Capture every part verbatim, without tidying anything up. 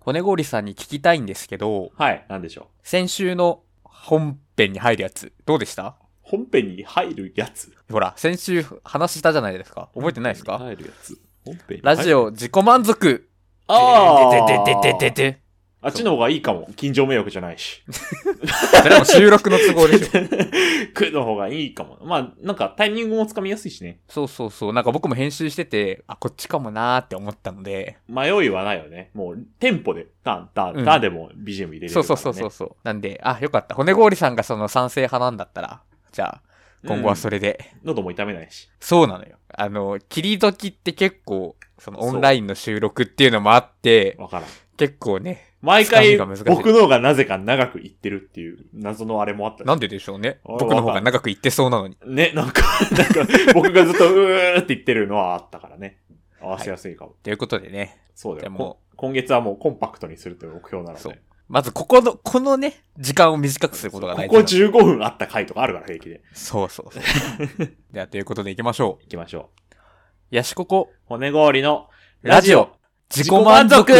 骨氷さんに聞きたいんですけど、 はい、なんでしょう。 先週の本編に入るやつ、どうでした？ 本編に入るやつ。 ほら、先週話したじゃないですか。覚えてないですか？ 入るやつ。本編にラジオ自己満足。 ああ。 でででででで。 あっちの方がいいかも。近所迷惑じゃないし。 それも収録の都合でしょ。 食うの方がいいかも。まあ、なんかタイミングもつかみやすいしね。 そうそうそう。なんか僕も編集してて、あ、こっちかもなーって思ったので。 迷いはないよね。もう、テンポで、タン、タン、タンでも ビージーエム 入れれるからね。 そうそうそうそう。なんで、あ、よかった。骨氷さんがその賛成派なんだったら、じゃあ、今後はそれで。 うん、喉も痛めないし。 そうなのよ。あの、切り時って結構、そのオンラインの収録っていうのもあって、 わからん。 結構ね、 毎回僕の方がなぜか長く言ってるっていう謎のあれもあった。 なんででしょうね。僕の方が長く言ってそうなのに。 ね、なんか、なんか僕がずっとうーって言ってるのはあったからね。合わせやすいかも。はい、 ということでね。 そうだよ。もう今月はもうコンパクトにするという目標なので。そう。 まずここの、このね、時間を短くすることが大事。 ここじゅうごふんあった回とかあるから平気で。 そうそうそう。ではということで行きましょう。 行きましょう。 ヤシココ。 骨氷のラジオ。自己満足。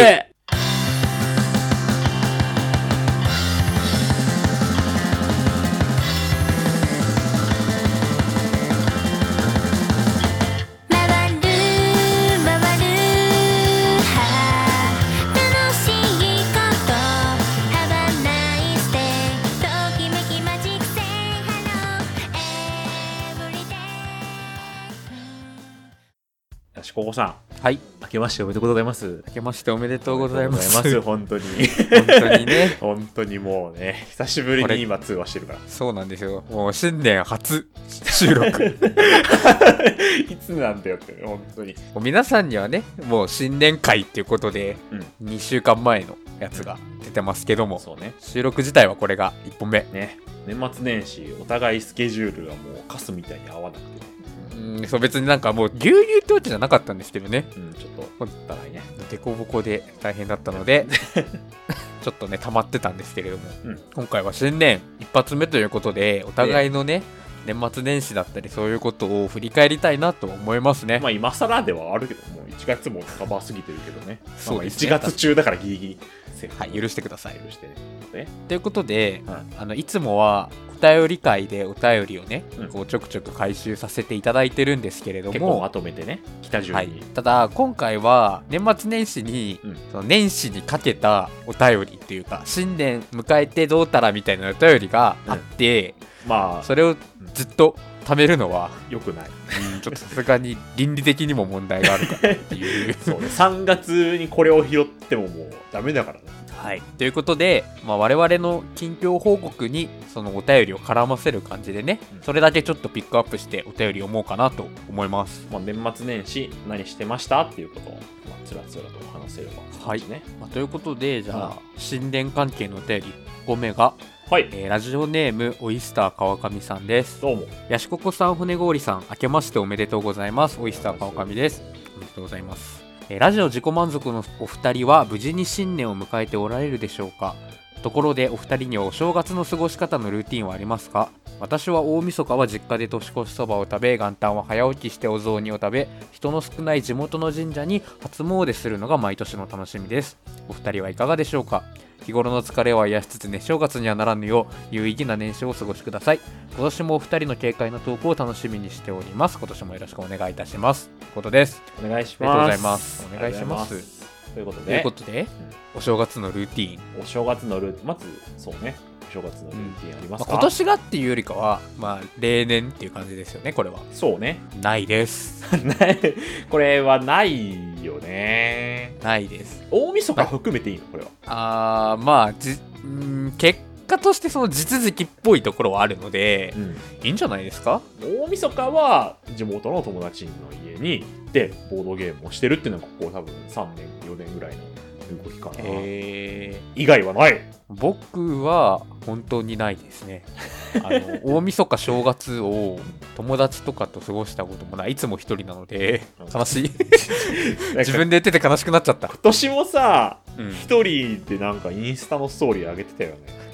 ここさん。 はい。 明けましておめでとうございます。 明けましておめでとうございます。 おめでとうございます、本当に。 本当にね。 本当にもうね、久しぶりに今通話してるから。 そうなんですよ。もう新年初収録。 いつなんだよって、本当に。 もう皆さんにはね、もう新年会っていうことで、うん、にしゅうかんまえのやつが出てますけども、 そうね。 収録自体はこれがいっぽんめ。 ね。年末年始、お互いスケジュールがもうカスみたいに合わなくて。 うん、そう別になんかもうぎゅうぎゅうってわけじゃなかったんですけどね。 うん、ちょっとお互いねデコボコで大変だったのでちょっとね溜まってたんですけれども、うん、今回は新年一発目ということでお互いのね年末年始だったりそういうことを振り返りたいなと思いますね。 まあ今更ではあるけどもういちがつも半ば過ぎてるけどね。そうですね。まあいちがつ中だからギリギリ。 はい、許してください。 許してね。 ということで、うん、あのいつもはお便り会でお便りをね、うん、こうちょくちょく回収させていただいてるんですけれども、 結構まとめてね、北順に、はい、 ただ今回は年末年始に、うん、その年始にかけたお便りっていうか新年迎えてどうたらみたいなお便りがあって、うん、まあそれをずっと貯めるのは良くない、 うん、ちょっとさすがに倫理的にも問題があるかなっていうそうね、さんがつにこれを拾ってももうダメだからね。 はい、ということで、まあ、我々の近況報告にそのお便りを絡ませる感じでね、うん、それだけちょっとピックアップしてお便り読もうかなと思います。 まあ、年末年始何してましたっていうことを、まあ、つらつらと話せれば、ね、 はい、まあ、ということでじゃあ、うん、新年関係のお便りいっこめが、 はいえー、ラジオネームオイスター川上さんです。 どうも。 やしここさん、骨氷さん、明けましておめでとうございます。オイスター川上です。おめでとうございます。ラジオ自己満足のお二人は無事に新年を迎えておられるでしょうか。ところでお二人にはお正月の過ごし方のルーティンはありますか？私は大晦日は実家で年越しそばを食べ、元旦は早起きしてお雑煮を食べ、人の少ない地元の神社に初詣するのが毎年の楽しみです。お二人はいかがでしょうか？日頃の疲れを癒しつつね、正月にはならぬよう有意義な年始をお過ごしください。今年もお二人の軽快なトークを楽しみにしております。今年もよろしくお願いいたします。ということです。 お願いします。 ありがとうございます。お願いします。 ということで、 ということで、うん、お正月のルーティーン。 お正月のルーティン、まずそうね、お正月のルーティンありますか？ うん、まあ、今年がっていうよりかは、まあ例年っていう感じですよね、これは。 そうね。 ないです。 これはないよね。 ないです。 大晦日含めていいのこれは。 あー、まあじん結果としてその地続きっぽいところはあるので、うん、いいんじゃないですか？ 大晦日は地元の友達の家に行ってボードゲームをしてるっていうのがここ多分さんねんよねんぐらいの動きかな。 えー、 以外はない。 僕は本当にないですね。あの大晦日正月を友達とかと過ごしたこともない。いつも一人なので悲しい。自分で言ってて悲しくなっちゃった。 今年もさ、一、うん、人でなんかインスタのストーリー上げてたよね。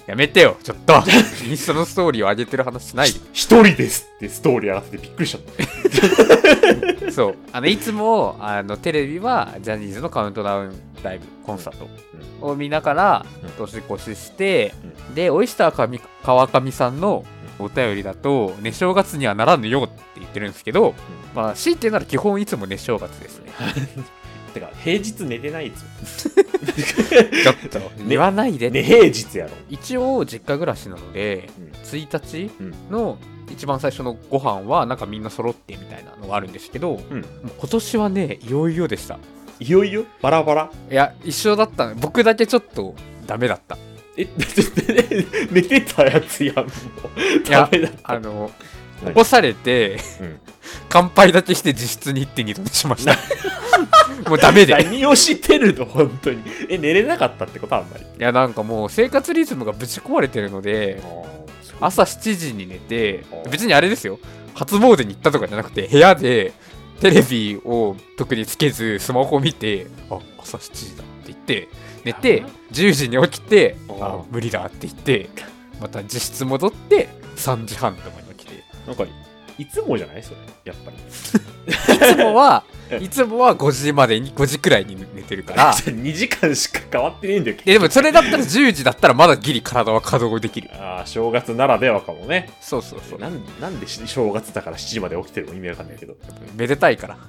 やめてよちょっとインスタのストーリーを上げてる話しないで一人ですってストーリー上がっててびっくりしちゃったそうあのいつもあのテレビはジャニーズのカウントダウンライブコンサートを見ながら年越しして、うん、でオイスター川上さんのお便りだと寝正月にはならぬよって言ってるんですけど、うん、まあ強いて言うなら基本いつも寝正月ですねてか平日寝てないですよちょっと言わないで、 ね、平日やろ。 一応実家暮らしなので、うん、ついたちの一番最初のご飯はなんかみんな揃ってみたいなのがあるんですけど、うん、もう今年はねいよいよでした。 いよいよバラバラ。 いや一緒だった僕だけちょっとダメだった。 え寝てたやつやんもうダメだった。 あの起こされて、うん、乾杯だけして自室に行って二度寝しましたもうダメで。 何をしてるの本当に。え寝れなかったってことあんまり。いやなんかもう生活リズムがぶち壊れてるので朝しちじに寝て、別にあれですよ初詣に行ったとかじゃなくて部屋でテレビを特につけずスマホを見てあ朝しちじだって言って寝てじゅうじに起きてあ無理だって言ってまた自室戻ってさんじはんとかに起きて。 なんかいつもじゃないそれやっぱりいつもはいつもはごじまでにごじくらいに寝てるからにじかんしか変わってねえんだよ。 えでもそれだったらじゅうじだったらまだギリ体は稼働できる。 ああ正月ならではかもね。 そうそうそう。 なんなんで正月だからしちじまで起きてるの意味わかんないけどめでたいから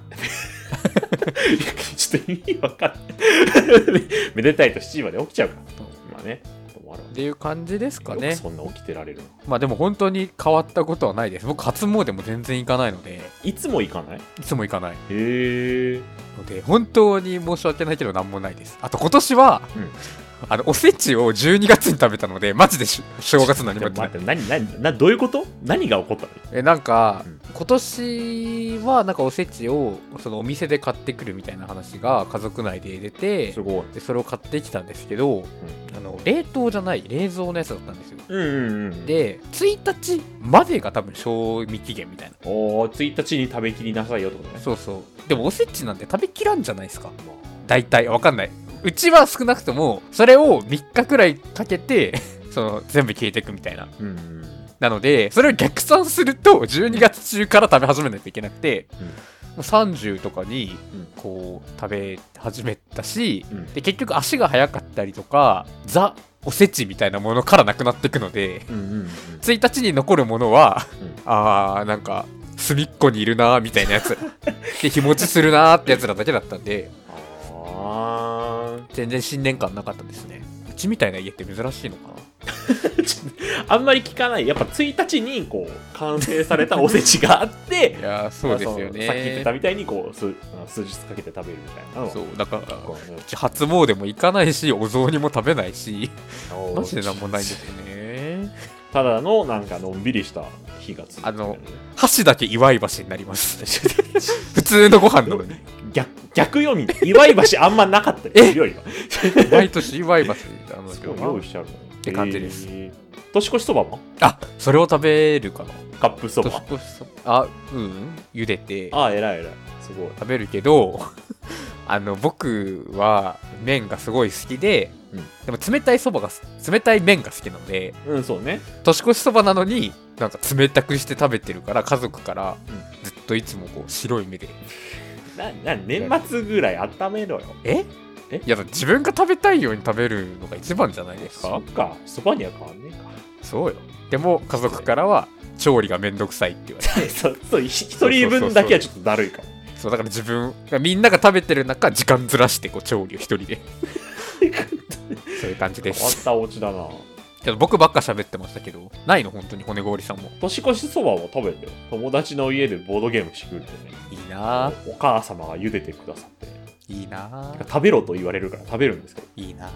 ちょっと意味わかんないめでたいとしちじまで起きちゃうからまあねっていう感じですかね。 そんな起きてられるの。 まあでも本当に変わったことはないです。僕初詣も全然行かないので。 いつも行かない？ いつも行かない。へえ。 ので本当に申し訳ないけど何もないです。あと今年は、うん、あのおせちをじゅうにがつに食べたのでマジで正月何もやってない。 何何何どういうこと？何が起こったの？ えなんか、うん、今年はなんかおせちをそのお店で買ってくるみたいな話が家族内で出て、 すごい。 でそれを買ってきたんですけど、うん、あの冷凍じゃない冷蔵のやつだったんですよ。 うんうんうん、 でついたちまでが多分賞味期限みたいな。 おーついたちに食べきりなさいよってことね。 そうそう。でもおせちなんて食べきらんじゃないですか。大体わかんない。うちは少なくともそれをみっかくらいかけてその全部消えていくみたいな、うんうん、なのでそれを逆算するとじゅうにがつ中から食べ始めないといけなくて、うん、もうさんじゅうとかにこう食べ始めたし、うん、で結局足が速かったりとかザおせちみたいなものからなくなっていくので、うんうんうん、ついたちに残るものは、うん、あーなんか隅っこにいるなーみたいなやつで日持ちするなーってやつらだけだったんで全然新年感なかったですね。うちみたいな家って珍しいのかなあんまり聞かない。やっぱついたちにこう完成されたおせちがあっていやそうですよね、 まあ、さっき言ってたみたいにこう 数, 数日かけて食べるみたいな。 そうだから、うち初詣も行かないしお雑煮も食べないしマジでなんもないんですよね。 ただのなんかのんびりした日が続く、ね、 あの箸だけ祝い箸になります普通のご飯なのに逆, 逆読み祝い箸あんまなかったよりは毎年祝い箸あのすごい用意してあるのって感じです、えー、年越しそばもあそれを食べるかな。 カップそば年越しそばあうん茹でてあ偉い偉いすごい食べるけどあの僕は麺がすごい好きで、うん、でも冷たいそばが冷たい麺が好きなので、 うんそうね年越しそばなのになんか冷たくして食べてるから家族からずっといつもこう白い目でなな年末ぐらい温めろよ。 ええいや自分が食べたいように食べるのが一番じゃないですか。 そっかそばには変わんねえか。 そうよ。でも家族からは調理がめんどくさいって言われてそうそう一人分だけはちょっとだるいかも。 そうだから自分みんなが食べてる中時間ずらしてこう調理を一人でそういう感じです。 変わったお家だな。 けど僕ばっか喋ってましたけどないの本当に骨氷さんも。 年越しそばも食べてよ。友達の家でボードゲームしてくれてね。 いいなお母様が茹でてくださっていいな食べろと言われるから食べるんですけどいいな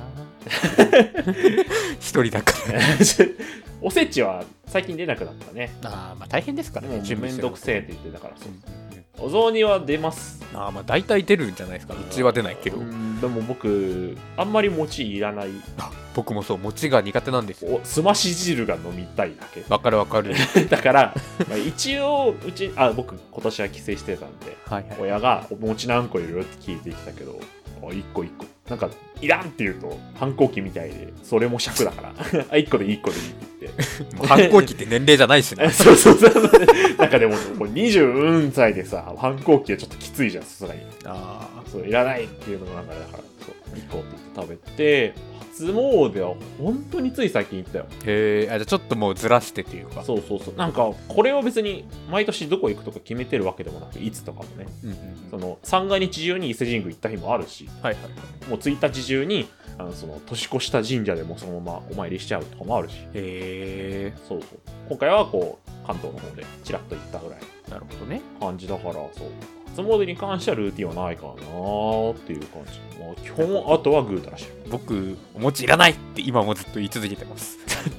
一人だからおせちは最近出なくなったね。 ああまあ大変ですからね。 もうめんどくせえって言ってたからそう、うん、お雑煮は出ます。 ああまあ大体出るんじゃないですか。うちは出ないけど。 うんでも僕あんまり餅いらない。 あ僕もそう餅が苦手なんですよ。 すまし汁が飲みたいだけ。 わかるわかるだから、まあ、一応うちあ僕今年は帰省してたんで、はいはい、親がお餅何個いるって聞いてきたけどいっこいっこなんかいらんって言うと反抗期みたいで、それも尺だからあいっこでいいいっこでいいって言ってもう反抗期って年齢じゃないしねそうそうそうそうなんかでももうにじゅうさいでさ反抗期はちょっときついじゃん、さすがに。 ああ、 そういらないっていうのもなんかだから、そういっこって言って食べて、初詣は本当につい最近行ったよ。 へえ、あ、じゃあちょっともうずらしてっていうか。 そうそうそう。なんかこれを別に毎年どこ行くとか決めてるわけでもなく、いつとかもね、 うんうん、 その三が日中に伊勢神宮行った日もあるし、 はいはい、 もうついたち中にあのその年越した神社でもそのままお参りしちゃうとかもあるし。 へえ、 そうそう。今回はこう関東の方でちらっと行ったぐらいなるほどね。 感じだから、そう。初詣に関してはルーティンはないかなーっていう感じ。まあ、基本あとはぐうたらしてる。 僕お餅いらないって今もずっと言い続けてます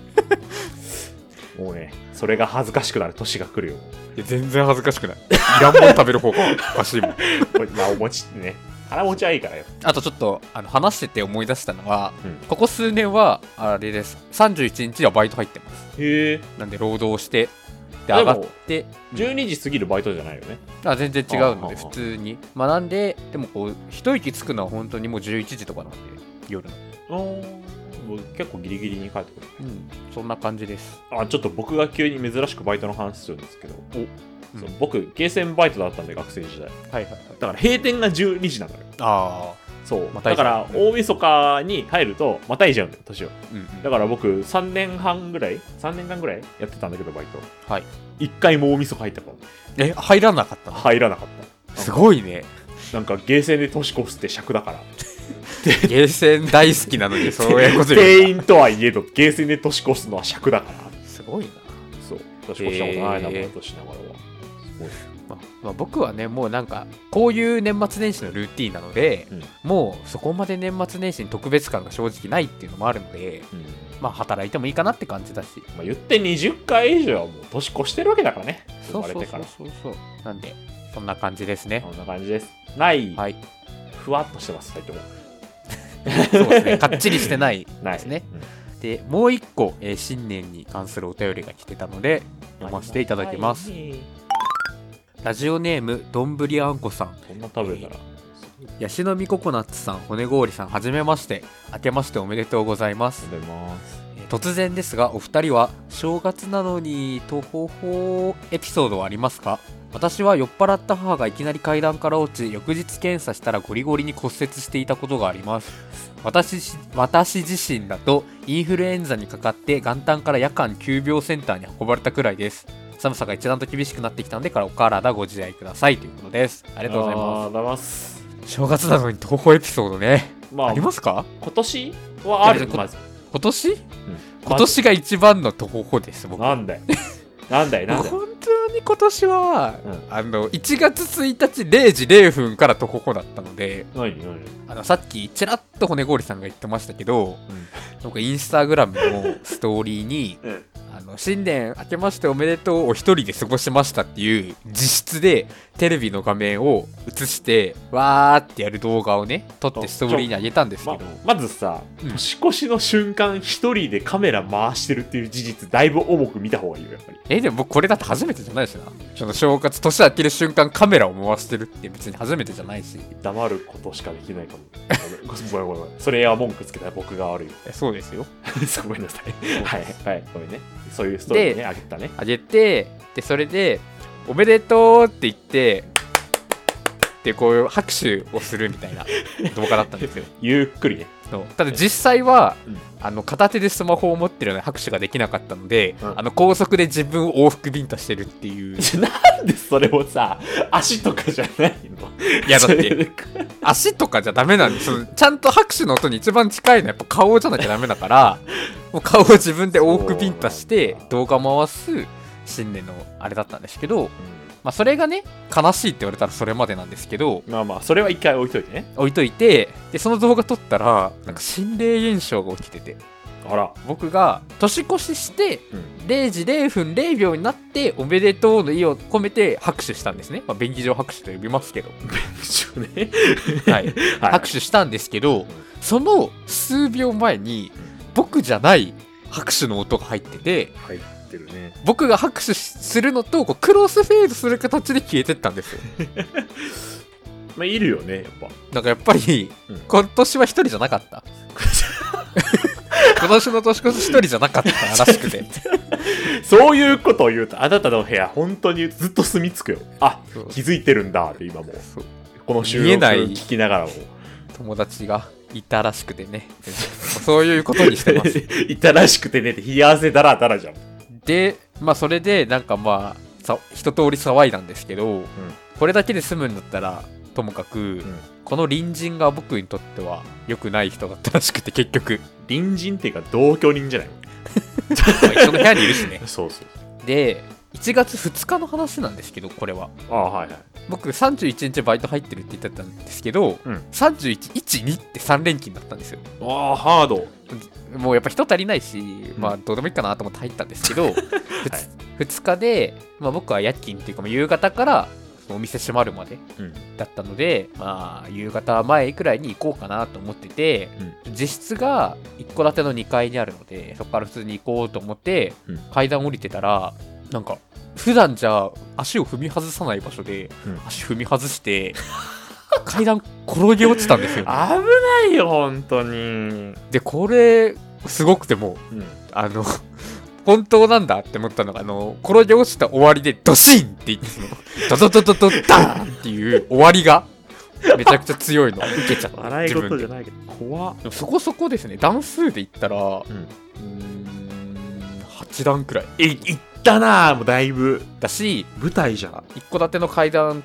もうね、それが恥ずかしくなる年が来るよ。 いや全然恥ずかしくない。いらんもん食べる方がおかしいもんまあお餅ってね、腹持ちはいいからよ。 あとちょっとあの話してて思い出したのは、 うん、 ここ数年はあれです、さんじゅういちにちはバイト入ってます。 へえ。 なんで労働してで上がってじゅうにじ過ぎるバイトじゃないよね。 あ、全然違うので普通に学んで、でもこう一息つくのは本当にもうじゅういちじとかなんで、夜の。 あもう結構ギリギリに帰ってくる。 うん、そんな感じです。 あ、ちょっと僕が急に珍しくバイトの話するんですけど、お、 うん、 そう僕ゲーセンバイトだったんで学生時代。 はいはいはい。 だから閉店がじゅうにじなのよ。 ああ。 そう、 ま、 だから大晦日に入るとまたいじゃうんだよ年を、 うんうん、 だから僕さんねんはんぐらいさんねんかんぐらいやってたんだけどバイト、 はい、 いっかいも大晦日入ったからえ入らなかったの？ 入らなかった。 すごいね。 なんかゲーセンで年越すって尺だからゲーセン大好きなのにそういうこと言う店員とはいえどゲーセンで年越すのは尺だからすごいな。 そう年越したことないな、バイトしながらはすごい。 まあまあ、僕はねもうなんかこういう年末年始のルーティーンなので、うん、もうそこまで年末年始に特別感が正直ないっていうのもあるので、うん、まあ働いてもいいかなって感じだし、 まあ、言ってにじゅっかい以上はもう年越してるわけだからね。 そうそうそうそうそうなんでそんな感じですね。 そんな感じです。ない、 はい、 ふわっとしてますふたりともそうですね、かっちりしてないですね、 うん、 でもう一個、えー、新年に関するお便りが来てたので読ませていただきます。ラジオネームどんぶりあんこさん。 そんな食べたら、 えー、ヤシの実ココナッツさん、骨氷さん、はじめまして。明けましておめでとうございます。 おめでとうございます。 えー、突然ですがお二人は正月なのにとほほエピソードはありますか？私は酔っ払った母がいきなり階段から落ち、翌日検査したらゴリゴリに骨折していたことがあります。私, 私自身だとインフルエンザにかかって元旦から夜間急病センターに運ばれたくらいです。寒さが一段と厳しくなってきたのでからお体ご自愛くださいということです。ありがとうございます。 ありがとうございます。 正月なのに東宝エピソードね、まあ、ありますか？ 今年はある。まず今年、うん、今年が一番の東宝です僕。 なんだよなんだよなんだよ本当に今年は、うん、あのいちがつついたちれいじれいふんから東宝だったので、 何何あのさっきちらっと骨氷さんが言ってましたけど、うん、なんかインスタグラムのストーリーに、うん、あの新年明けましておめでとうを一人で過ごしましたっていう実質でテレビの画面を映してわーってやる動画をね撮ってストーリーに上げたんですけど、 ま, まずさ、うん、年越しの瞬間一人でカメラ回してるっていう事実だいぶ重く見た方がいいよやっぱり。 えでも僕これだって初めてじゃないしな。その正月年明ける瞬間カメラを回してるって別に初めてじゃないし。 黙ることしかできないかも。ごめんごめんごめん。それは文句つけたら僕が悪いよ。 そうですよ。 ごめんなさい。はいはいごめんね。そういうストーリーねあげたね。 あげてでそれでおめでとうって言ってでこういう拍手をするみたいな動画だったんですよ。 ゆっくりね。 そうただ実際は、うん、あの片手でスマホを持ってるので拍手ができなかったので、うん、あの高速で自分を往復ビンタしてるっていう。 なんでそれをさ足とかじゃないの？ いやだって足とかじゃダメなんです。ちゃんと拍手の音に一番近いのはやっぱ顔じゃなきゃダメだからもう顔を自分で往復ビンタして動画回す新年のあれだったんですけど、うん、まあそれがね悲しいって言われたらそれまでなんですけど、 まあまあそれは一回置いといてね。 置いといてでその動画撮ったらなんか心霊現象が起きてて、 あら僕が年越しして、うん、れいじれいふんれいびょうになっておめでとうの意を込めて拍手したんですね。まあ、便宜上拍手と呼びますけど便宜上ねはい、はい、拍手したんですけどその数秒前に僕じゃない拍手の音が入ってて、 入ってるね。 僕が拍手するのとこうクロスフェードする形で消えてったんですよまあいるよねやっぱ。 なんかやっぱり、 うん、 今年は一人じゃなかった今年の年越し一人じゃなかったらしくてそういうことを言うとあなたの部屋本当にずっと住み着くよ。あ、気づいてるんだって今もこの収録聞きながらも友達がいたらしくてねそういうことにしてますいたらしくてねって冷や汗だらだらじゃん。 でまあそれでなんかまあさ一通り騒いだんですけど、うん、これだけで済むんだったらともかく、うん、この隣人が僕にとっては良くない人だったらしくて結局隣人っていうか同居人じゃない一緒の部屋にいるしねそうそうでいちがつふつかの話なんですけどこれはああはいはい僕さんじゅういちにちバイト入ってるって言ってたんですけど、うん、さんじゅういち、いち、にってさん連勤だったんですよ。 ああハード。 もうやっぱ人足りないし、うん、まあどうでもいいかなと思って入ったんですけど、はい、ふつかで、まあ、僕は夜勤っていうか夕方からお店閉まるまでだったので、うん、まあ夕方前くらいに行こうかなと思ってて、うん、自室が一戸建てのにかいにあるのでそこから普通に行こうと思って、うん、階段降りてたらなんか普段じゃ足を踏み外さない場所で、うん、足踏み外して階段転げ落ちたんですよ、ね、 危ないよ本当に。 でこれすごくても、うん、あの本当なんだって思ったのがあの転げ落ちた終わりでドシンって言ってドドドドドダーンっていう終わりがめちゃくちゃ強いの受けちゃった。 笑い事じゃないけど怖っ。 そこそこですね。段数で言ったら、うん、うーんはち段くらいえいだなもうだいぶだし舞台じゃん。 一戸建ての階段って、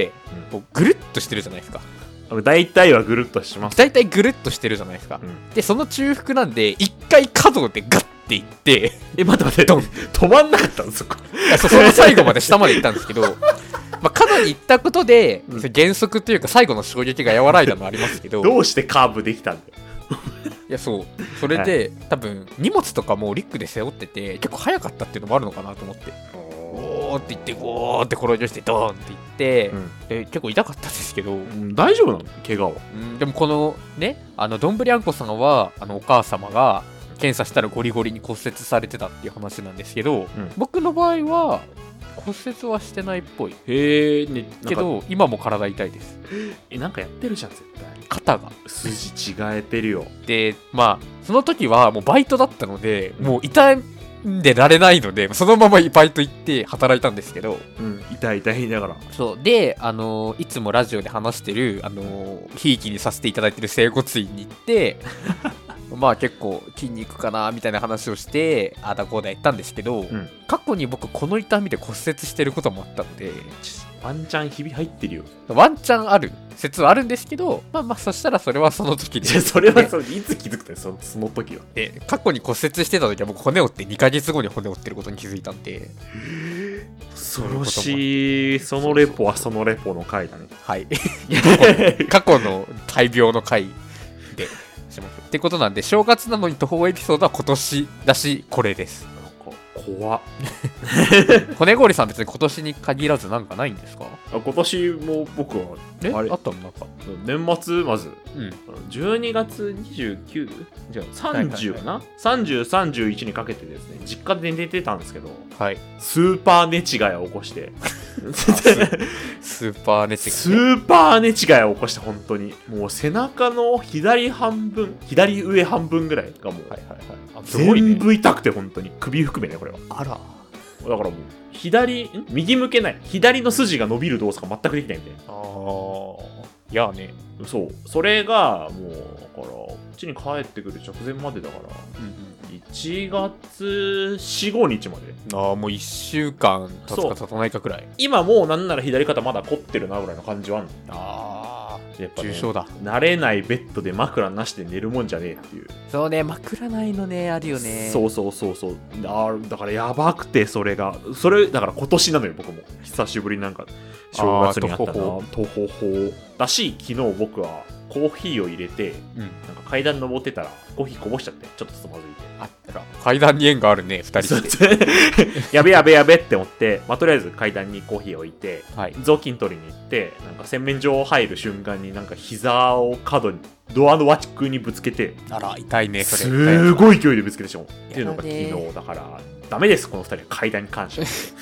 うん、ぐるっとしてるじゃないですか。 大体はぐるっとします。 大体ぐるっとしてるじゃないですか、うん、でその中腹なんで一回角でガッていってえ待って待って止まんなかったんそこ。 いや そ, その最後まで下まで行ったんですけどまあ角に行ったことで、うん、減速というか最後の衝撃が和らいだのはありますけどどうしてカーブできたんだよいやそうそれで、はい、多分荷物とかもリュックで背負ってて結構早かったっていうのもあるのかなと思って、おーって言ってゴーって転げしてドーンって言って、うん、で結構痛かったんですけど、うん、 大丈夫なの怪我は、 うん、でもこのねあのどんぶりあんこさんはあのお母様が検査したらゴリゴリに骨折されてたっていう話なんですけど、うん、僕の場合は骨折はしてないっぽい。 へえ、ね、 けど今も体痛いです。 え、なんかやってるじゃん絶対。 肩が筋違えてるよ。 でまあその時はもうバイトだったので、うん、もう痛んでられないのでそのままバイト行って働いたんですけど、 うん、痛い痛い言いながら。 そうであのいつもラジオで話してるあのひいきにさせていただいてる整骨院に行ってまあ結構筋肉かなみたいな話をしてあだこうだ言ったんですけど、うん、過去に僕この痛みで骨折してることもあったのでワンチャンひび入ってるよ。 ワンチャンある説はあるんですけど、まあまあそしたらそれはその時で、 ね、それはそれいつ気づくのそのその時は。 え過去に骨折してた時は僕骨折ってにかげつごに骨折ってることに気づいたんで。 恐ろしい。そのレポはそのレポの回だね。 はい過去の大病の回でってことなんで正月なのに途方エピソードは今年だしこれです。 怖っ骨氷さん別に今年に限らずなんかないんですか？ あ今年も僕はえあれあったのなんか年末まず、うん、じゅうにがつにじゅうくじゃあさんじゅうかな、はいはいはい、さんじゅう、さんじゅういちにかけてですね実家で寝てたんですけど、はい、スーパー寝違いを起こしてスーパー寝違いスーパー寝違いを起こして本当にもう背中の左半分左上半分ぐらいがもう、はいはいはい全部痛くて本当に首含めねこれは。 あらだからもう左右向けない左の筋が伸びる動作が全くできないんで。 ああいやねそうそれがもうだからこっちに帰ってくる直前までだから、うんうん、いちがつよん、ごにちまで。 ああもういっしゅうかん経つか経たないかくらい。 今もうなんなら左肩まだ凝ってるなぐらいの感じはあるの。ああやっぱ、ね、 重症だ。 慣れないベッドで枕なしで寝るもんじゃねえっていう。 そうね枕ないのねあるよね。 そうそうそうそうあだからやばくてそれがそれだから今年なのよ僕も久しぶりになんか正月にあったなとほほだし昨日僕はコーヒーを入れて、うん、なんか階段登ってたらコーヒーこぼしちゃってちょっとつまずいてあったら階段に縁があるねふたりでやべやべやべって思って、まあ、とりあえず階段にコーヒーを置いて、はい、雑巾取りに行ってなんか洗面所入る瞬間になんか膝を角にドアの脇にぶつけてあら痛いねそれすごい勢いでぶつけてしまうっていうのが昨日だからダメですこのふたりは階段に関して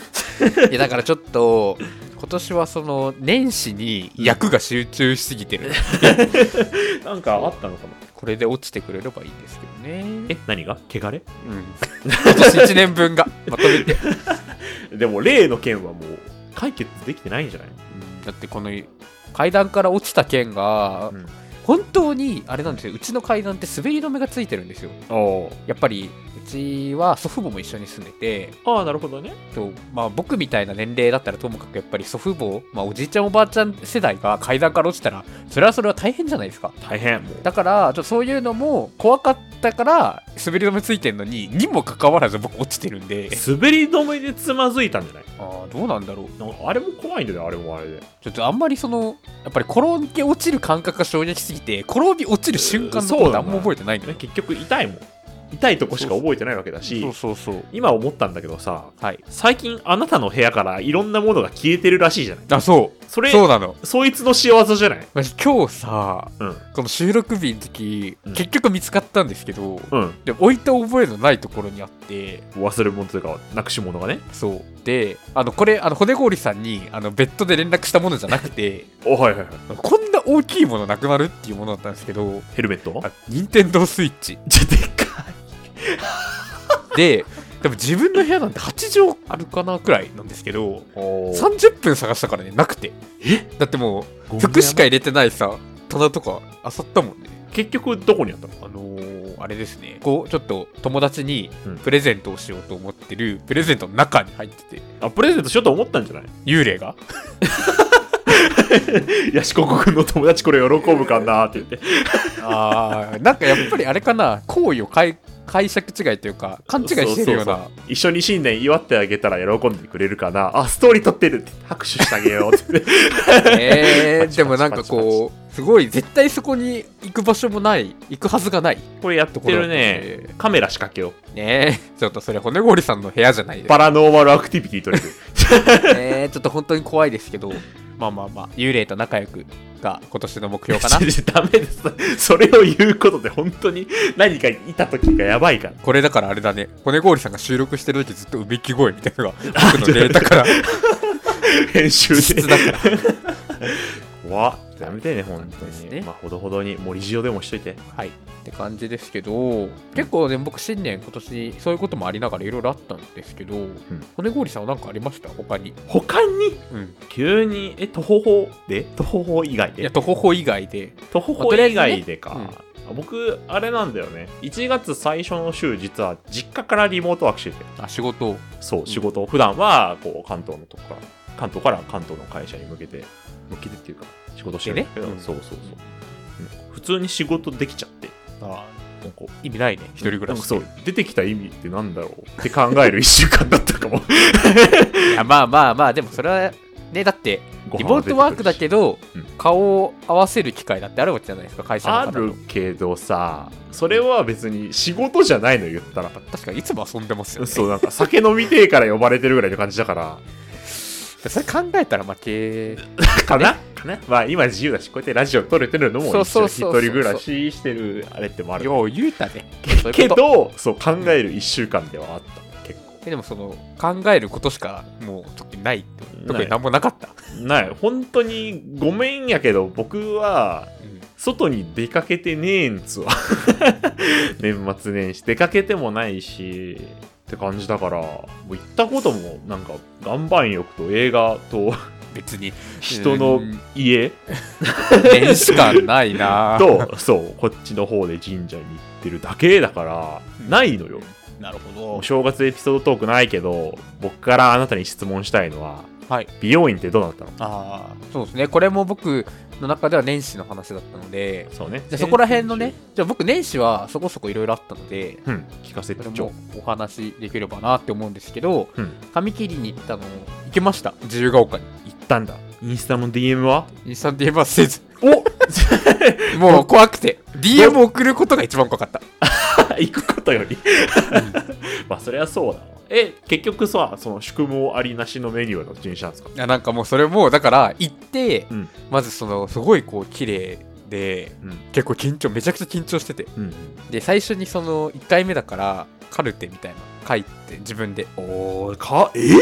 いやだからちょっと今年はその年始に役が集中しすぎてる、 うん、なんかあったのかな。 これで落ちてくれればいいんですけどね。 え、何が汚れ？ うん。今年いちねんぶんがまとめて。 でも例の件はもう解決できてないんじゃない？ うん、だってこの階段から落ちた件が、うん、本当にあれなんですよ。うちの階段って滑り止めがついてるんですよ。やっぱりうちは祖父母も一緒に住んでて、 ああなるほどね。 とまあ僕みたいな年齢だったらともかくやっぱり祖父母、まあおじいちゃんおばあちゃん世代が階段から落ちたらそれはそれは大変じゃないですか。 大変。 だからちょっとそういうのも怖かったから滑り止めついてるのににもかかわらず僕落ちてるんで。 滑り止めでつまずいたんじゃない？ ああどうなんだろう。 なんかあれも怖いんだよね。あれもあれでちょっとあんまりそのやっぱり転げ落ちる感覚が衝撃すぎて転び落ちる瞬間のことあんま覚えてないんだよね。 結局痛いもん。痛いとこしか覚えてないわけだし、 そうそうそう今思ったんだけどさ、 はい、 最近あなたの部屋からいろんなものが消えてるらしいじゃない。 あ、そうそれそうなの。 そいつの仕業じゃない。 今日さ、うん、この収録日の時、うん、結局見つかったんですけど、うん、で置いた覚えのないところにあって、 忘れ物というかなくし物がね。 そうで、あのこれあの骨氷さんにあのベッドで連絡したものじゃなくてお、はいはいはい、 こんな大きいものなくなるっていうものだったんですけど、 ヘルメット？ 任天堂スイッチ。 じゃでっかいで、でも自分の部屋なんてはちじょうあるかなくらいなんですけど、さんじゅっぷん探したからね、なくて。 えだってもう服しか入れてないさ棚とか漁ったもんね。 結局どこにあったの？ あのー、あれですね、こうちょっと友達にプレゼントをしようと思ってる、うん、プレゼントの中に入ってて。 あ、プレゼントしようと思ったんじゃない？ 幽霊がヤシココ君の友達これ喜ぶかなって言ってあー、なんかやっぱりあれかな、行為を解解釈違いというか勘違いしてるような。そうそうそう、 一緒に新年祝ってあげたら喜んでくれるかな、あストーリー撮ってるって拍手してあげようってえー、でもなんかこうすごい絶対そこに行く場所もない、行くはずがない。 これやってるね。カメラ仕掛けようね。えちょっとそれ骨氷さんの部屋じゃないですか。 パラノーマルアクティビティ撮れるえー、ちょっと本当に怖いですけど、まあまあまあ幽霊と仲良くが今年の目標かな。 ダメです。それを言うことで本当に何かいた時がやばいから。 これだからあれだね、骨氷さんが収録してる時ずっとうめき声みたいなのが僕のデータから編集で質だから怖っ、やめてね本当にね。まあほどほどに盛り塩でもしといて。 はいって感じですけど、結構ね僕新年今年そういうこともありながらいろいろあったんですけど、うん、骨氷さんは何かありました他に？ 他に、うん、急にえ徒歩法で徒歩法以外で？ いや徒歩法以外で徒歩法以外でか、ね、うん、僕あれなんだよね、いちがつ最初の週実は実家からリモートワークしてて。 あ、仕事？ そう、仕事、うん、普段はこう関東のとこから関東から関東の会社に向けて向けてっていうか仕事してるんだけど、ね、うん、そうそうそう、うん、普通に仕事できちゃって。 ああ、なんか意味ないね、一人暮らし。 そう、出てきた意味ってなんだろうって考えるいっしゅうかんだったかもいやまあまあまあ、でもそれはね、だってリモートワークだけど、うん、顔を合わせる機会だってあるわけじゃないですか、会社の方と。 あるけどさ、それは別に仕事じゃないの言ったら。 確かにいつも遊んでますよね。 そう、なんか酒飲みてえから呼ばれてるぐらいの感じだからそれ考えたら負けかなかな。まあ今自由だし、こうやってラジオ撮れてるのも一緒に一人暮らししてるあれってもある。 よう言うたね。 けど、そう考えるいっしゅうかんではあった。結構。 でもその考えることしかもう特にない。特に何もなかった。 ない。本当にごめんやけど、僕は外に出かけてねえんつわ。年末年始出かけてもないし。って感じだから、もう行ったこともなんか岩盤浴と映画と別に人の家年しかないなと、そうこっちの方で神社に行ってるだけだからないのよ。 なるほど。 お正月エピソードトークないけど、僕からあなたに質問したいのは、 はい、 美容院ってどうだったの？ ああ、そうですね。これも僕の中では年始の話だったので、 そうね。 じゃあそこら辺のね、じゃあ僕年始はそこそこいろいろあったので、 うん、聞かせてちょ。 お話できればなって思うんですけど、 うん、 髪切りに行ったの行けました。自由が丘に行ったんだ。インスタの ディーエム は？ インスタの ディーエム はせず。おもう怖くて ディーエム 送ることが一番怖かった行くことよりまあそれはそうだ。え、結局さ、その宿毛ありなしのメニューの人種なんですか？ いや、なんかもうそれもだから行って、うん、まずそのすごいこう綺麗で、うん、結構緊張めちゃくちゃ緊張してて、うんうん、で最初にそのいっかいめだからカルテみたいな書いて自分で。 おーかえ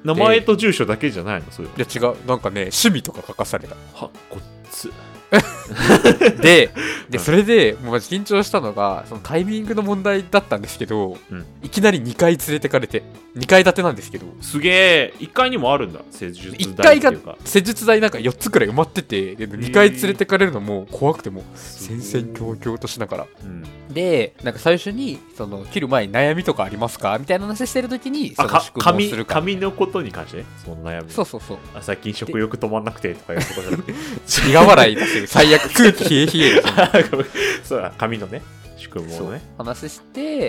名前と住所だけじゃないの？そういういや違う、なんかね趣味とか書かされた。 はこっつででそれでもう緊張したのがそのタイミングの問題だったんですけど、 うん、 いきなりにかい連れてかれて、にかい建てなんですけど、 すげえ。いっかいにもあるんだ施術台っていうか。 いっかいが施術台なんかよっつくらい埋まってて、でにかい連れてかれるのも怖くても戦々恐々としながら、うん、でなんか最初にその切る前に悩みとかありますかみたいな話してる時に、その宿毛するか髪のことに関してその悩み。 そうそうそう、 あ最近食欲止まんなくてとかいうとこじゃなくて苦笑い出してる最悪空気冷え冷えそうだ髪のね宿毛のね話して、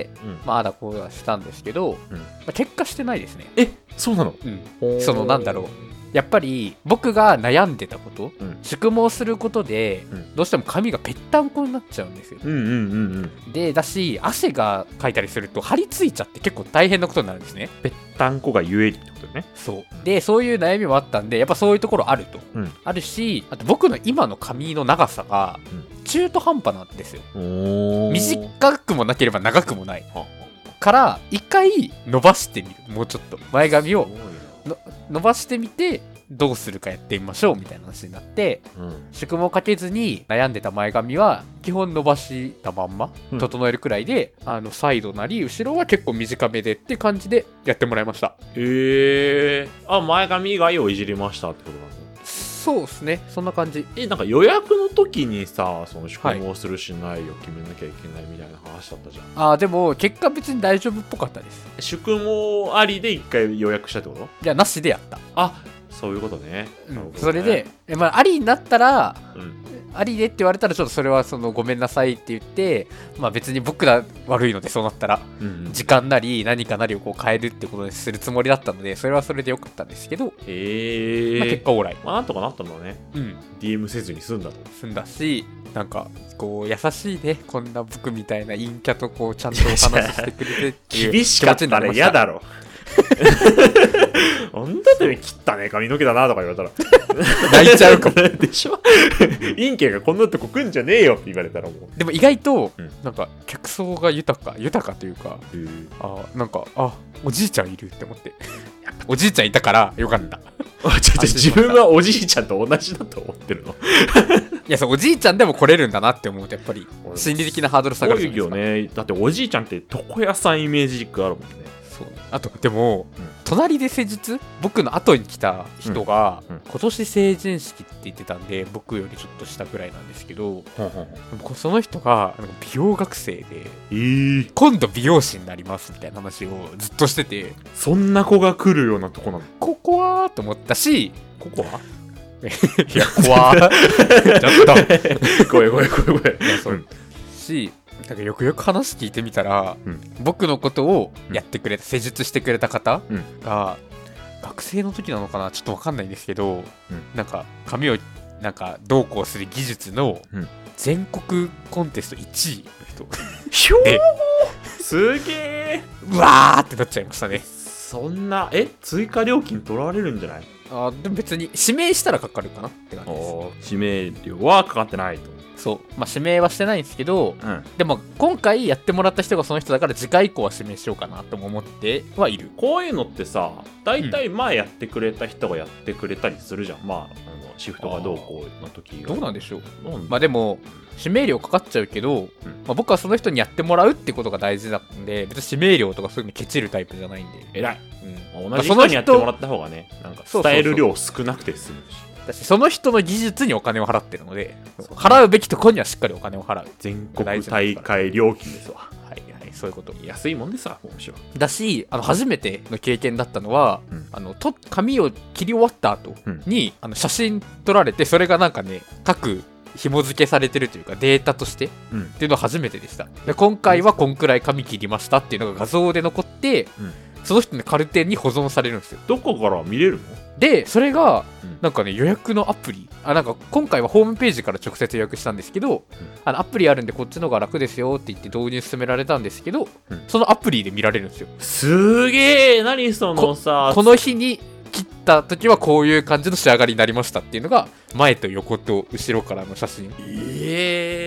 うん、まああだこうだしたんですけど、うんまあ、結果してないですね。 えそうなの？ うん、そのなんだろう、やっぱり僕が悩んでたこと、うん、宿毛することで、うん、どうしても髪がぺったんこになっちゃうんですよ、 うんうんうんうん、 でだし汗がかいたりすると張り付いちゃって結構大変なことになるんですね。 ぺったんこがゆえにってことね。 そうでそういう悩みもあったんで、やっぱそういうところあると、うん、あるし、あと僕の今の髪の長さが中途半端なんですよ、うん、短くもなければ長くもないから一回伸ばしてみる。もうちょっと前髪をの伸ばしてみてどうするかやってみましょうみたいな話になって、うん、宿毛かけずに悩んでた前髪は基本伸ばしたまんま整えるくらいで、うん、あのサイドなり後ろは結構短めでって感じでやってもらいました。 へえー、あ前髪以外をいじりましたってことなの？ そうですね、そんな感じ。 えなんか予約の時にさその宿毛をするしないを決めなきゃいけないみたいな話だったじゃん、 はい、あでも結果別に大丈夫っぽかったです。 宿毛ありで一回予約したってこと？ いやなしでやった。 あそういうことね、 うん、それで、まあ、ありになったら、うん、ありでって言われたらちょっとそれはそのごめんなさいって言って、まあ、別に僕ら悪いのでそうなったら、うんうん、時間なり何かなりをこう変えるってことにするつもりだったのでそれはそれでよかったんですけど、 へえ、 まあ、結果オーライ、 まあ、なんとかなったのね、うん、ディーエム せずに済んだと。 済んだしなんかこう優しいね、こんな僕みたいな陰キャとこうちゃんとお話ししてくれてっていう厳しかったね、嫌だろなんだってね、切ったね髪の毛だなとか言われたら泣いちゃうかもでしょ陰キャがこんなとこ来んじゃねえよって言われたらもう。 でも意外と、うん、なんか客層が豊か豊かというか、あなんかあおじいちゃんいるって思っておじいちゃんいたからよかった、 うん、ちょちょ自分はおじいちゃんと同じだと思ってるのいやそうおじいちゃんでも来れるんだなって思うとやっぱり心理的なハードル下がるじゃないですか。 すごいよね。だっておじいちゃんって床屋さんイメージ軸あるもんね。 そうあとでも、うん、隣で施術僕の後に来た人が、うんうん、今年成人式って言ってたんで僕よりちょっと下くらいなんですけど、うんうん、その人が美容学生で、えー、今度美容師になりますみたいな話をずっとしてて、 そんな子が来るようなとこなの？ ここはと思ったし、 ここはいや怖ちょっとごめんごめんごめんごめんいやそう、うん、しなんかよくよく話聞いてみたら、うん、僕のことをやってくれた、うん、施術してくれた方が、うん、学生の時なのかなちょっと分かんないんですけど、うん、なんか髪をなんかどうこうする技術の全国コンテストいちいの人ひょーすげえうわーってなっちゃいましたね。 そんなえ追加料金取られるんじゃない？ あでも別に指名したらかかるかなって感じです。指名料はかかってないと。 そう、まあ、指名はしてないんですけど、うん、でも今回やってもらった人がその人だから次回以降は指名しようかなとも思ってはいる。 こういうのってさ大体前やってくれた人がやってくれたりするじゃん、うん、まあ、あのシフトがどうこうの時どうなんでしょう。まあでも指名料かかっちゃうけど、うんまあ、僕はその人にやってもらうってことが大事なんで別に指名料とかそういうのケチるタイプじゃないんで偉い、うん、同じ人にやってもらった方がねなんか伝える量少なくて済むし、 私その人の技術にお金を払ってるので払うべきところにはしっかりお金を払う。 全国大会料金ですわ。 はいはいそういうこと。 安いもんでさ面白いだし、あの初めての経験だったのは、うん、あのと髪を切り終わった後に、うん、あの写真撮られてそれがなんかね各紐付けされてるというかデータとして、うん、っていうのは初めてでした。で今回はこんくらい髪切りましたっていうのが画像で残って、うん、その人のカルテに保存されるんですよ。 どこから見れるの？ でそれがなんかね予約のアプリあなんか今回はホームページから直接予約したんですけど、うん、あのアプリあるんでこっちの方が楽ですよって言って導入進められたんですけど、うん、そのアプリで見られるんですよ。 すげえ何そのさこ, この日に切った時はこういう感じの仕上がりになりましたっていうのが前と横と後ろからの写真。 え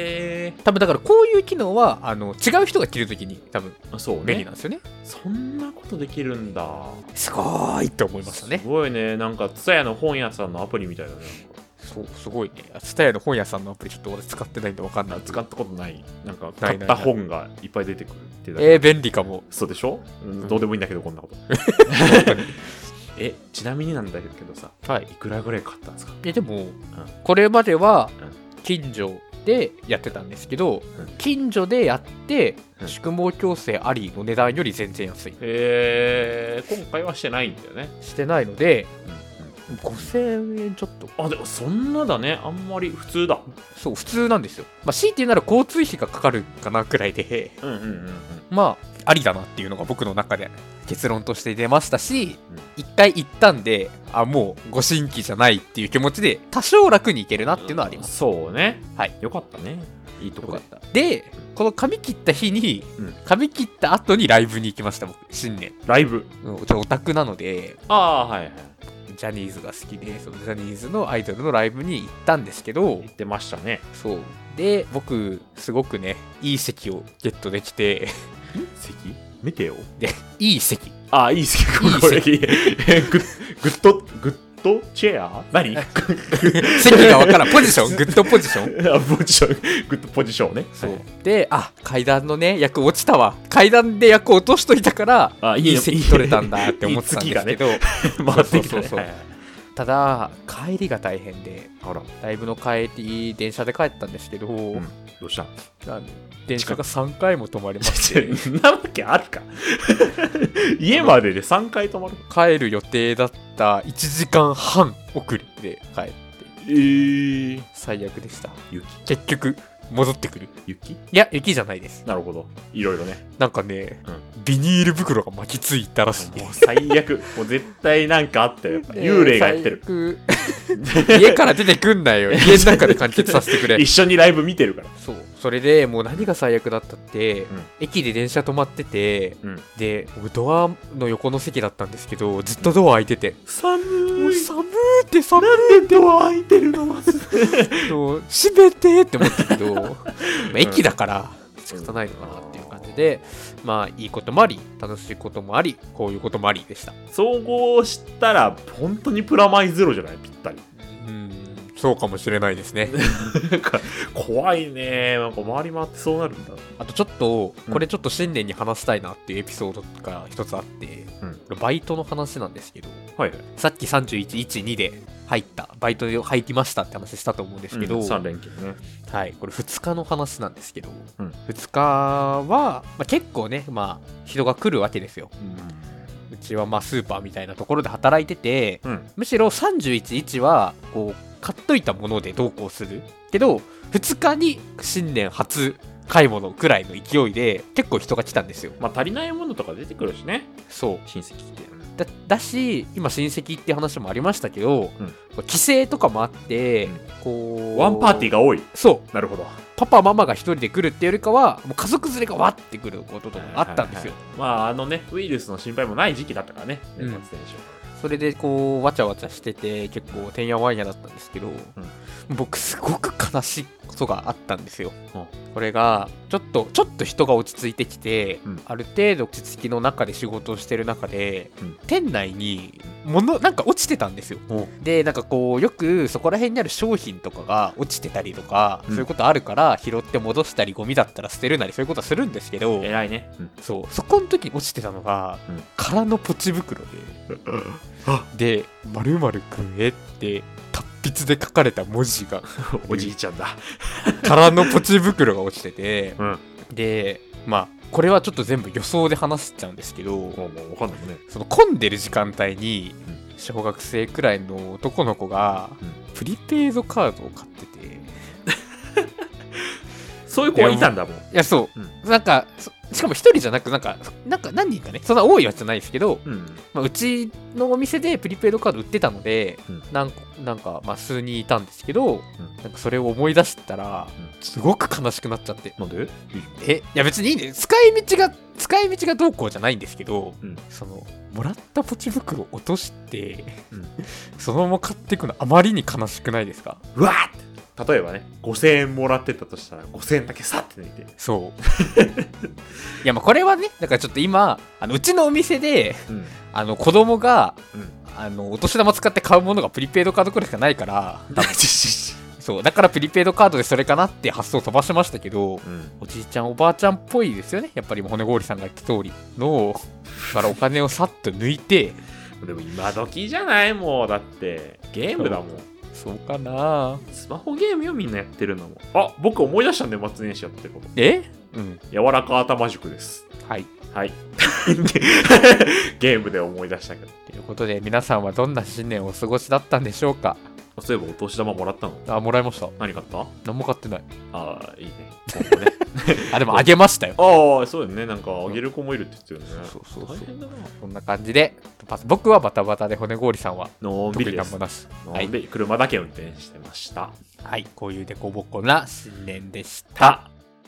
え多分だからこういう機能はあの違う人が着るときに多分ー、そうね便利なんですよね。 そんなことできるんだ。 すごーいって思いましたね。 すごいね。なんかツタヤの本屋さんのアプリみたいだね。 そうすごいね。ツタヤの本屋さんのアプリちょっと俺使ってないんで分かんない。 使ったことない。なんかないない買った本がいっぱい出てくるってだけ。 えー、便利かも。 そうでしょ、うん、どうでもいいんだけどこんなことえちなみになんだけどさ、 はい、 いくらぐらい買ったんですか？ えでも、 うん、 これまでは近所でやってたんですけど、うん、近所でやって宿毛矯正ありの値段より全然安い。 へえー、今回はしてないんだよね。 してないので、うん、ごせんえんちょっと。 あでもそんなだね。あんまり普通だ。 そう普通なんですよ。まあ強いて言うなら交通費がかかるかなくらいで、 うんうんうんうん、 まあありだなっていうのが僕の中で結論として出ましたし、一、うん、回行ったんで、あもうご新規じゃないっていう気持ちで多少楽に行けるなっていうのはあります。 そうね。 はい。 よかったね。いいとこだった。 で、この髪切った日に、うん、髪切った後にライブに行きました。僕新年。 ライブ。 うん、ちょっとオタクなので。 ああはいはい。 ジャニーズが好きで、そのジャニーズのアイドルのライブに行ったんですけど、 行ってましたね。 そうで僕すごくねいい席をゲットできて。 席見てよ。 でいい席。 ああいい席。 いい席。 グッグッドグッドチェア？何？ 席がわからん。ポジショングッドポジション。 あポジショングッドポジションね。 そう、はい、であ階段のね役落ちたわ。階段で役落としといたからあいい席取れたんだって思ってたんですけど、 いい回ってきたね。 そうそうそうそう、はいはい、ただ帰りが大変で、 あらライブの帰り電車で帰ったんですけど、うん、 どうした？ 電車がさんかいも止まりましてそんなわけあるか家まででさんかい止まる。 帰る予定だったいちじかんはん遅れで帰って、 えー、 最悪でした。 雪結局戻ってくる。 雪？ いや雪じゃないです。 なるほど。いろいろね。 なんかね、 うん、 ビニール袋が巻きついたらしい。 もう最悪。もう絶対なんかあったよ。幽霊がやってる。 家から出てくんなよ。家の中で完結させてくれ。 一緒にライブ見てるから。 そう。それでもう何が最悪だったって、うん、駅で電車止まってて、うん、でドアの横の席だったんですけど、ずっとドア開いてて、 寒い。もう寒いって寒い。 なんでドア開いてるの？ 閉めてって思ったけど、まあ、駅だから仕方ないのかなっていう感じで、まあいいこともあり楽しいこともありこういうこともありでした。 総合したら本当にプラマイゼロじゃない？ぴったり。 うん、そうかもしれないですね。 なんか怖いね。なんか回り回ってそうなるんだ。 あとちょっとこれちょっと新年に話したいなっていうエピソードが一つあって、うん、バイトの話なんですけど、はいはい、さっきさんじゅういち、いち、にで入ったバイトで入りましたって話したと思うんですけど、うん、 さん連休ね。 はい、これふつかの話なんですけど、うん、ふつかは、まあ、結構ね、まあ、人が来るわけですよ。うん、うちはまあスーパーみたいなところで働いてて、うん、むしろさんじゅういち、いちはこう買っといたものでどうこうするけど、ふつかに新年初買い物くらいの勢いで結構人が来たんですよ。 まあ足りないものとか出てくるしね。 そう親戚って。 だ, だし今親戚って話もありましたけど、うん、帰省とかもあって、うん、こうワンパーティーが多い。 そうなるほど。 パパママが一人で来るっていうよりかはもう家族連れがわってくることとかあったんですよ。 はいはいはい、まああのねウイルスの心配もない時期だったからね、年末年始は。 それでこうわちゃわちゃしてて結構てんやわんやだったんですけど、うん、僕すごく悲しいことがあったんですよ。うん、これがちょっとちょっと人が落ち着いてきて、うん、ある程度落ち着きの中で仕事をしてる中で、うん、店内に物なんか落ちてたんですよ。でなんかこうよくそこら辺にある商品とかが落ちてたりとか、そういうことあるから拾って戻したりゴミだったら捨てるなりそういうことはするんですけど、 偉いね。 そうそこの時に落ちてたのが、空のポチ袋で。で〇〇くんへって達筆で書かれた文字がおじいちゃんだ空のポチ袋が落ちてて、うん、でまあこれはちょっと全部予想で話しちゃうんですけど、 もう分かんないね。 その混んでる時間帯に小学生くらいの男の子がプリペイドカードを買っててそういう子はいたんだもん。いやそう、うん、なんかしかも一人じゃなくなんかなんか何人かね、そんな多いわけじゃないですけど、うんまあ、うちのお店でプリペイドカード売ってたので、うん、なんかなんかまあ数人いたんですけど、うん、なんかそれを思い出したら、うん、すごく悲しくなっちゃって。 なんで？ えいや別にいいね、使い道が使い道がどうこうじゃないんですけど、うん、そのもらったポチ袋を落として、うん、そのまま買っていくのあまりに悲しくないですか？ うわっ例えばねごせんえんもらってたとしたらごせんえんだけさって抜いて、 そういやまあこれはねだからちょっと今あのうちのお店で、うん、あの子供が、うん、あのお年玉使って買うものがプリペイドカードくらいしかないからそうだからプリペイドカードでそれかなって発想飛ばしましたけど、うん、おじいちゃんおばあちゃんっぽいですよねやっぱり骨氷さんが言った通りのだからお金をさっと抜いてでも今時じゃないもうだってゲームだもん。 そうかなスマホゲームよみんなやってるのも。あ僕思い出したんで年末年始やってること。 えうん柔らか頭塾です。 はいはいゲームで思い出したけどということで皆さんはどんな新年をお過ごしだったんでしょうか。 そういえばお年玉もらったの？ あもらいました。 何買った？ 何も買ってない。 ああいいね今後ねあでもあげましたよ。 ああそうだよねなんかあげる子もいるって言ってたよね。 そうそうそう大変だな。そんな感じで僕はバタバタで骨氷さんはのんびりです。 なしのんびり、はい、車だけ運転してました。 はいこういうデコボコな新年でした。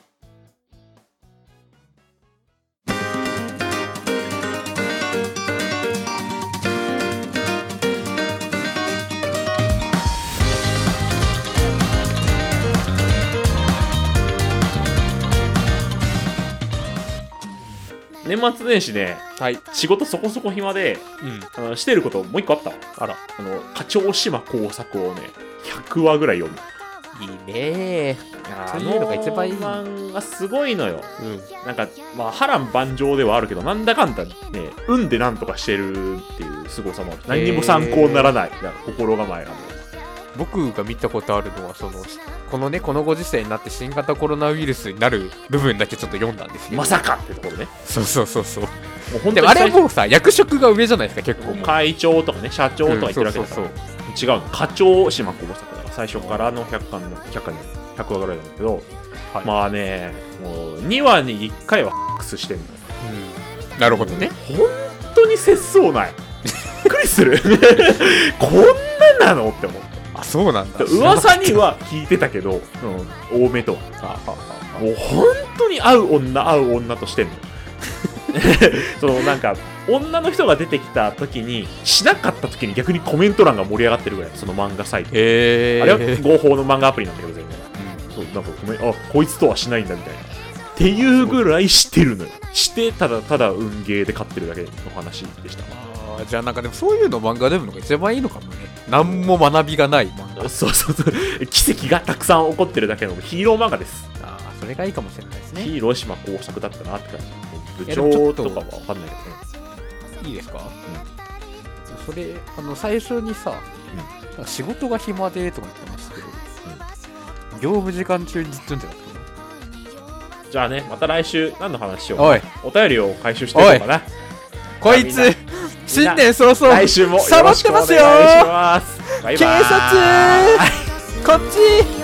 年末年始ね、 はい、 仕事そこそこ暇で、うん、あのしてることもう一個あった。 あらあの課長島工作をねひゃくわぐらい読む。 いいねー。そういうのが一番いい。 漫画すごいのよ、うん、なんかまあ波乱万丈ではあるけどなんだかんだね運でなんとかしてるっていう凄さもある。何にも参考にならない心構えがもう僕が見たことあるのはそのこのねこのご時世になって新型コロナウイルスになる部分だけちょっと読んだんですよ。 まさかってところね。 そうそうそうそう。もう本当にでもあれもうさ役職が上じゃないですか結構もう会長とかね社長とか言ってるわけだから、うん、そうそうそう違うの課長島工作だから最初からのひゃっかんのひゃっかんのひゃくわぐらいなんだけど、はい、まあねもうにわにいっかいはファックスしてんの、 うん、なるほどね。 本当に節操ないびっくりするこんななのって思う。 あそうなんだ。 噂には聞いてたけど、うん、多めとはもう本当に合う女合う女としてんのそのなんか女の人が出てきた時にしなかった時に逆にコメント欄が盛り上がってるぐらいその漫画サイト。 へーあれは合法の漫画アプリなんだけど全然、うん、そうなんかコメあこいつとはしないんだみたいなっていうぐらいしてるのよ。してただただ運ゲーで勝ってるだけの話でした。 あじゃあなんかでもそういうの漫画でものが一番いいのかもね。何も学びがない漫画。 そうそうそう奇跡がたくさん起こってるだけのヒーロー漫画です。 ああそれがいいかもしれないですね。 ヒーロー島工作だったなって感じ。部長とかは分かんないけどね。 いいですか、うん、それあの最初にさ、うん、仕事が暇でとか言ってましたけど、うん、業務時間中にずっとんじゃなくてじゃあねまた来週何の話しようか。おいお便りを回収していこうかな。 こいつ新年早々 来週もサボってますよ。 よろしくお願いします。バイバーイ。 警察こっち